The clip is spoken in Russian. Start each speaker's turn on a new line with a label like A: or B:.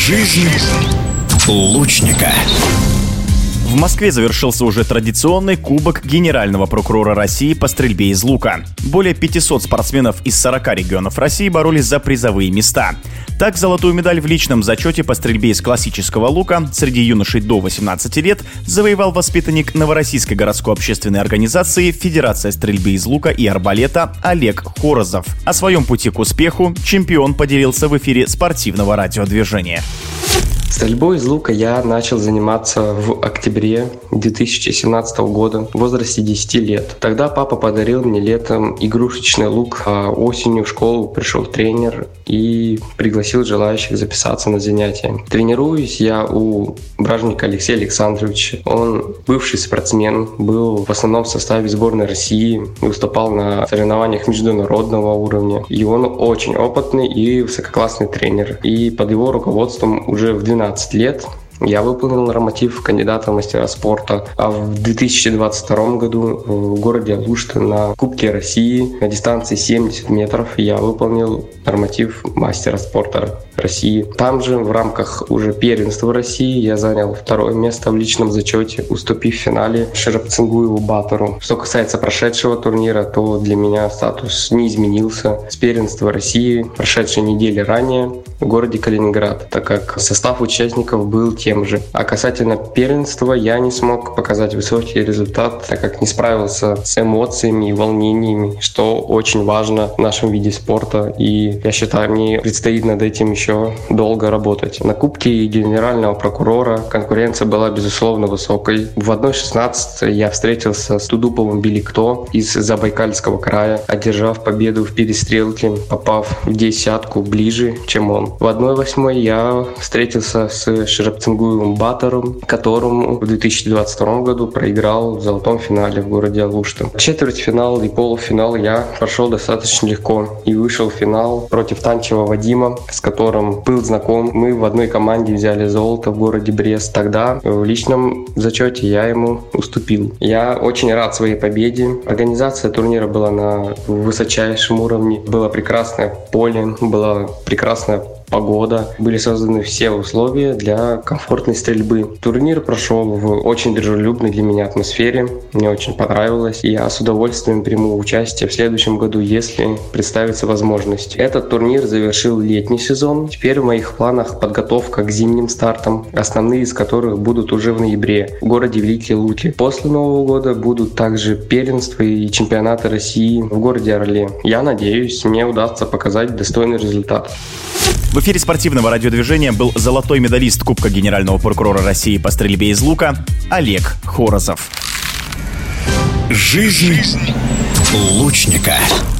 A: Жизнь лучника.
B: В Москве завершился уже традиционный Кубок Генерального прокурора России по стрельбе из лука. Более 500 спортсменов из 40 регионов России боролись за призовые места. Так, золотую медаль в личном зачете по стрельбе из классического лука среди юношей до 18 лет завоевал воспитанник Новороссийской городской общественной организации «Федерация стрельбы из лука и арбалета» Олег Хорозов. О своем пути к успеху чемпион поделился в эфире спортивного радиодвижения.
C: Стрельбой из лука я начал заниматься в октябре 2017 года в возрасте 10 лет. Тогда папа подарил мне летом игрушечный лук, а осенью в школу пришел тренер и пригласил желающих записаться на занятия. Тренируюсь я у Бражника Алексея Александровича. Он бывший спортсмен, был в основном в составе сборной России, выступал на соревнованиях международного уровня. И он очень опытный и высококлассный тренер. И под его руководством уже в 12 лет я выполнил норматив кандидата в мастера спорта, а в 2022 году в городе Алушта на Кубке России на дистанции 70 метров я выполнил норматив мастера спорта России. Там же в рамках уже первенства России я занял второе место в личном зачете, уступив в финале Шерапцингуеву Батору. Что касается прошедшего турнира, то для меня статус не изменился. С первенства России прошедшей недели ранее в городе Калининград, так как состав участников был тем же. А касательно первенства я не смог показать высокий результат, так как не справился с эмоциями и волнениями, что очень важно в нашем виде спорта. И я считаю, мне предстоит над этим еще долго работать. На Кубке Генерального прокурора конкуренция была безусловно высокой. В 1:16 я встретился с Тудуповым Беликто из Забайкальского края, одержав победу в перестрелке, попав в десятку ближе, чем он. В 1:08 я встретился с Шерапцингуевым Батором, которому в 2022 году проиграл в золотом финале в городе Алушта. Четвертьфинал и полуфинал я прошел достаточно легко и вышел в финал против Танчева Вадима, с которым был знаком. Мы в одной команде взяли золото в городе Брест. Тогда в личном зачете я ему уступил. Я очень рад своей победе. Организация турнира была на высочайшем уровне. Было прекрасное поле, была прекрасная погода, были созданы все условия для комфортной стрельбы. Турнир прошел в очень дружелюбной для меня атмосфере, мне очень понравилось, и я с удовольствием приму участие в следующем году, если представится возможность. Этот турнир завершил летний сезон, теперь в моих планах подготовка к зимним стартам, основные из которых будут уже в ноябре в городе Великие Луки. После Нового года будут также первенства и чемпионаты России в городе Орле. Я надеюсь, мне удастся показать достойный результат.
B: В эфире спортивного радиодвижения был золотой медалист Кубка Генерального прокурора России по стрельбе из лука Олег Хорозов.
A: Жизнь лучника.